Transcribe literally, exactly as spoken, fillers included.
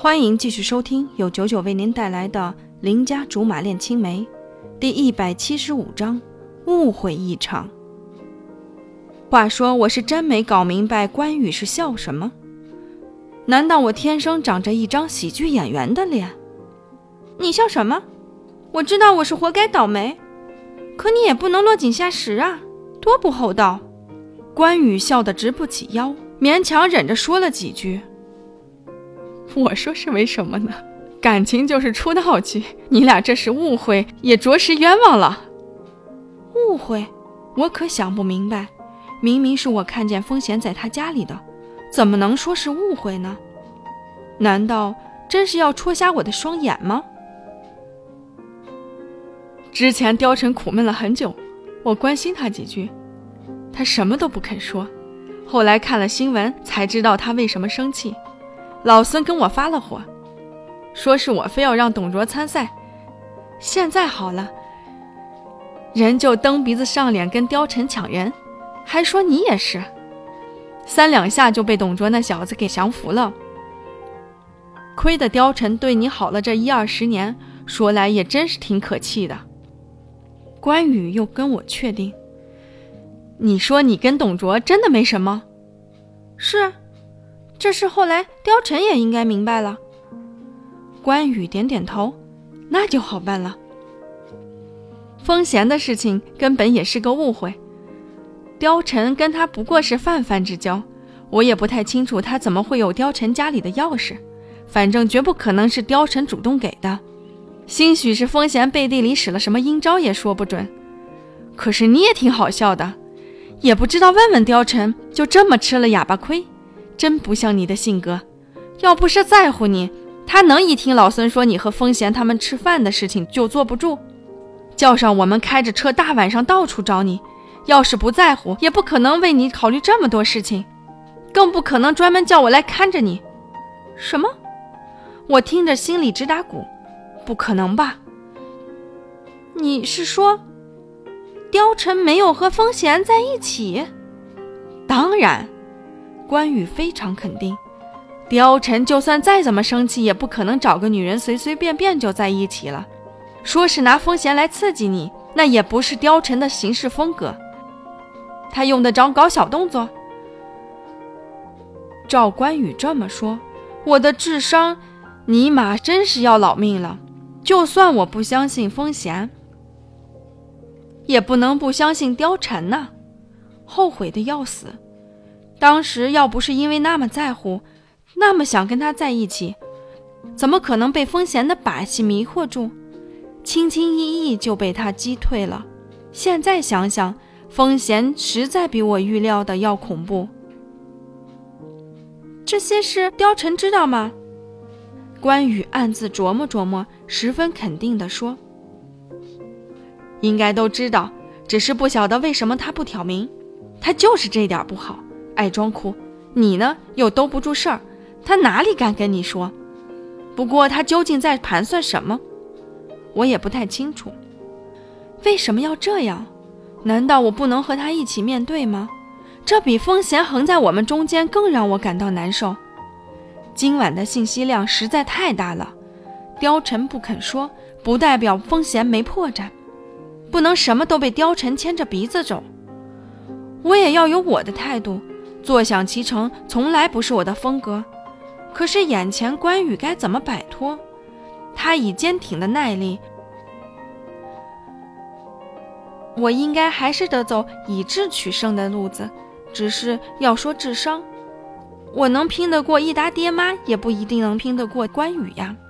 欢迎继续收听由九九为您带来的《邻家竹马恋青梅》第一百七十五章误会一场。话说我是真没搞明白关羽是笑什么？难道我天生长着一张喜剧演员的脸？你笑什么？我知道我是活该倒霉，可你也不能落井下石啊，多不厚道。关羽笑得直不起腰，勉强忍着说了几句。我说是为什么呢？感情就是出道去，你俩这是误会，也着实冤枉了。误会？我可想不明白，明明是我看见风贤在他家里的，怎么能说是误会呢？难道真是要戳瞎我的双眼吗？之前貂蝉苦闷了很久，我关心他几句，他什么都不肯说。后来看了新闻才知道他为什么生气。老孙跟我发了火，说是我非要让董卓参赛。现在好了，人就蹬鼻子上脸跟貂蝉抢人，还说你也是，三两下就被董卓那小子给降服了。亏得貂蝉对你好了这一二十年，说来也真是挺可气的。关羽又跟我确定，你说你跟董卓真的没什么？是，这事后来貂蝉也应该明白了。关羽点点头，那就好办了。风贤的事情根本也是个误会，貂蝉跟他不过是泛泛之交，我也不太清楚他怎么会有貂蝉家里的钥匙，反正绝不可能是貂蝉主动给的，兴许是风贤背地里使了什么阴招也说不准。可是你也挺好笑的，也不知道问问貂蝉，就这么吃了哑巴亏，真不像你的性格。要不是在乎你，他能一听老孙说你和风贤他们吃饭的事情就坐不住，叫上我们开着车大晚上到处找你。要是不在乎，也不可能为你考虑这么多事情，更不可能专门叫我来看着你。什么？我听着心里直打鼓，不可能吧？你是说貂蝉没有和风贤在一起？当然，关羽非常肯定，貂蝉就算再怎么生气，也不可能找个女人随随便便就在一起了。说是拿风贤来刺激你，那也不是貂蝉的行事风格。他用得着搞小动作？照关羽这么说，我的智商尼玛真是要老命了。就算我不相信风贤，也不能不相信貂蝉呐。后悔的要死，当时要不是因为那么在乎，那么想跟他在一起，怎么可能被风贤的把戏迷惑住，轻轻易易就被他击退了。现在想想，风贤实在比我预料的要恐怖。这些事貂蝉知道吗？关羽暗自琢磨琢磨，十分肯定地说，应该都知道，只是不晓得为什么他不挑明。他就是这点不好，爱装酷。你呢，又兜不住事儿，他哪里敢跟你说？不过他究竟在盘算什么，我也不太清楚。为什么要这样？难道我不能和他一起面对吗？这比风贤横在我们中间更让我感到难受。今晚的信息量实在太大了，貂蝉不肯说，不代表风贤没破绽，不能什么都被貂蝉牵着鼻子走。我也要有我的态度，坐享其成从来不是我的风格。可是眼前关羽该怎么摆脱？他以坚挺的耐力，我应该还是得走以智取胜的路子。只是要说智商，我能拼得过一打爹妈，也不一定能拼得过关羽呀。